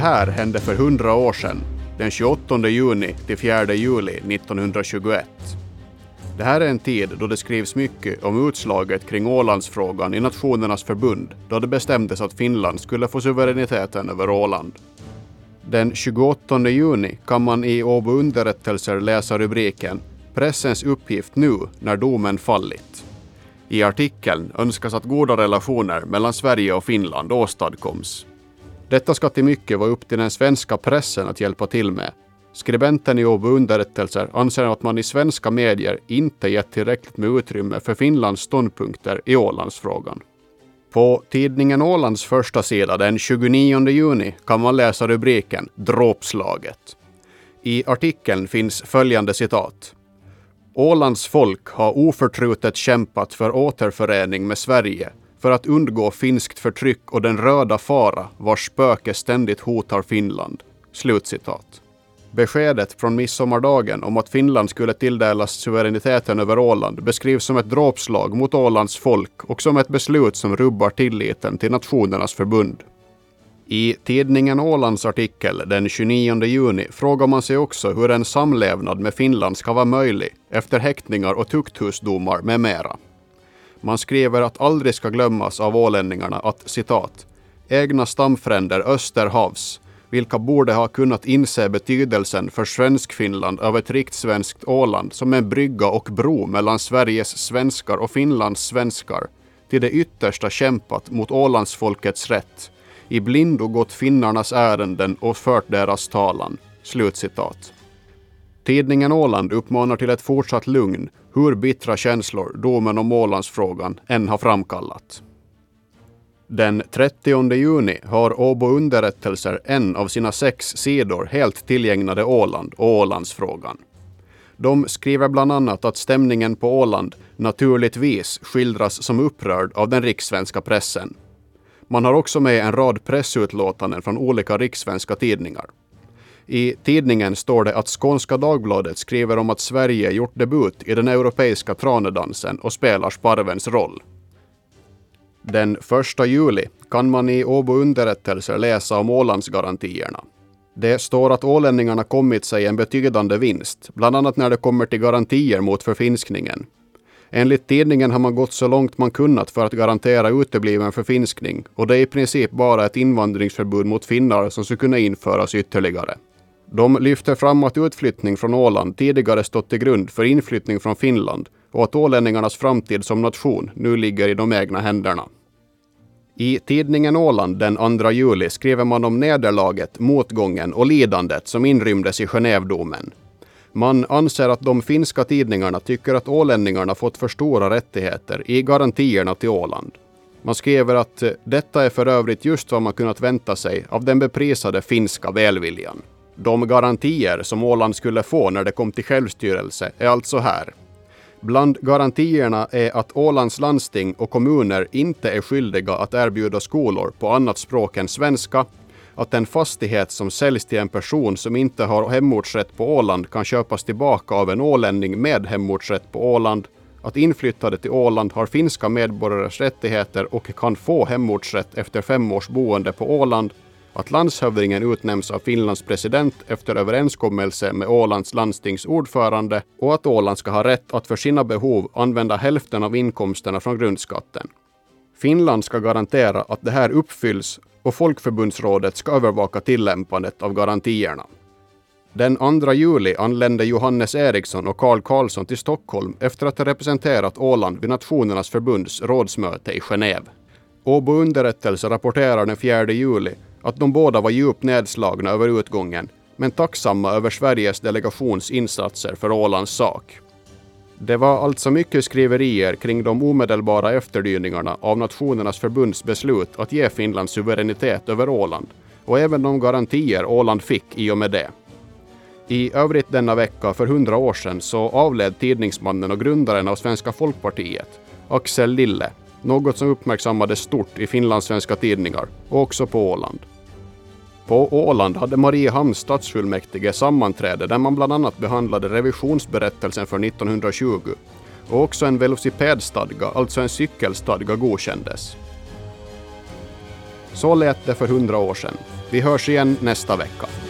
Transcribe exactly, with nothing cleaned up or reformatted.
här hände för hundra år sedan, den tjugoåttonde juni till fjärde juli nittonhundratjugoett. Det här är en tid då det skrivs mycket om utslaget kring Ålandsfrågan i Nationernas förbund, då det bestämdes att Finland skulle få suveräniteten över Åland. Den tjugoåttonde juni kan man i Åbo underrättelser läsa rubriken "Pressens uppgift nu när domen fallit". I artikeln önskas att goda relationer mellan Sverige och Finland åstadkoms. Detta ska till mycket vara upp till den svenska pressen att hjälpa till med. Skribenten i Åbo underrättelser anser att man i svenska medier inte gett tillräckligt med utrymme för Finlands ståndpunkter i Ålandsfrågan. På tidningen Ålands första sida den tjugonionde juni kan man läsa rubriken "Dråpslaget". I artikeln finns följande citat. Ålands folk har oförtrutet kämpat för återförening med Sverige för att undgå finskt förtryck och den röda fara vars spöke ständigt hotar Finland. Slutcitat. Beskedet från midsommardagen om att Finland skulle tilldelas suveräniteten över Åland beskrivs som ett dråpslag mot Ålands folk och som ett beslut som rubbar tilliten till Nationernas förbund. I tidningen Ålands artikel den tjugonionde juni frågar man sig också hur en samlevnad med Finland ska vara möjlig efter häktningar och tukthusdomar med mera. Man skriver att aldrig ska glömmas av ålänningarna att, citat, egna stamfränder österhavs, vilka borde ha kunnat inse betydelsen för svensk Finland av ett rikssvenskt Åland som en brygga och bro mellan Sveriges svenskar och Finlands svenskar, till det yttersta kämpat mot Ålandsfolkets rätt, i blindo gått finnarnas ärenden och fört deras talan. Slutcitat. Tidningen Åland uppmanar till ett fortsatt lugn, hur bittra känslor domen om Ålandsfrågan än har framkallat. Den trettionde juni har Åbo underrättelser en av sina sex sidor helt tillgägnade Åland och Ålandsfrågan. De skriver bland annat att stämningen på Åland naturligtvis skildras som upprörd av den rikssvenska pressen. Man har också med en rad pressutlåtanden från olika rikssvenska tidningar. I tidningen står det att Skånska Dagbladet skriver om att Sverige gjort debut i den europeiska tranedansen och spelar sparvens roll. Den första juli kan man i Åbo underrättelser läsa om Ålandsgarantierna. Det står att ålänningarna kommit sig en betydande vinst, bland annat när det kommer till garantier mot förfinskningen. Enligt tidningen har man gått så långt man kunnat för att garantera utebliven förfinskning, och det är i princip bara ett invandringsförbud mot finnar som skulle kunna införas ytterligare. De lyfter fram att utflyttning från Åland tidigare stått till grund för inflyttning från Finland och att ålänningarnas framtid som nation nu ligger i de egna händerna. I tidningen Åland den andra juli skriver man om nederlaget, motgången och lidandet som inrymdes i Genèvedomen. Man anser att de finska tidningarna tycker att ålänningarna fått för stora rättigheter i garantierna till Åland. Man skriver att detta är för övrigt just vad man kunnat vänta sig av den beprisade finska välviljan. De garantier som Åland skulle få när det kom till självstyrelse är alltså här. Bland garantierna är att Ålands landsting och kommuner inte är skyldiga att erbjuda skolor på annat språk än svenska, att en fastighet som säljs till en person som inte har hemortsrätt på Åland kan köpas tillbaka av en ålänning med hemortsrätt på Åland, att inflyttade till Åland har finska medborgares rättigheter och kan få hemortsrätt efter fem års boende på Åland, att landshövdingen utnämns av Finlands president efter överenskommelse med Ålands landstings ordförande och att Åland ska ha rätt att för sina behov använda hälften av inkomsterna från grundskatten. Finland ska garantera att det här uppfylls och Folkförbundsrådet ska övervaka tillämpandet av garantierna. Den andra juli anlände Johannes Eriksson och Carl Karlsson till Stockholm efter att ha representerat Åland vid Nationernas förbunds rådsmöte i Genève. Åbo underrättelse rapporterar den fjärde juli att de båda var djupt nedslagna över utgången, men tacksamma över Sveriges delegations insatser för Ålands sak. Det var alltså mycket skriverier kring de omedelbara efterdyningarna av Nationernas förbunds beslut att ge Finland suveränitet över Åland, och även de garantier Åland fick i och med det. I övrigt denna vecka för hundra år sedan så avled tidningsmannen och grundaren av Svenska Folkpartiet, Axel Lille, något som uppmärksammades stort i finlandssvenska tidningar och också på Åland. På Åland hade Mariehamns stadsfullmäktige sammanträde där man bland annat behandlade revisionsberättelsen för nittonhundratjugo och också en velocipedstadga, alltså en cykelstadga, godkändes. Så lät det för hundra år sedan. Vi hörs igen nästa vecka.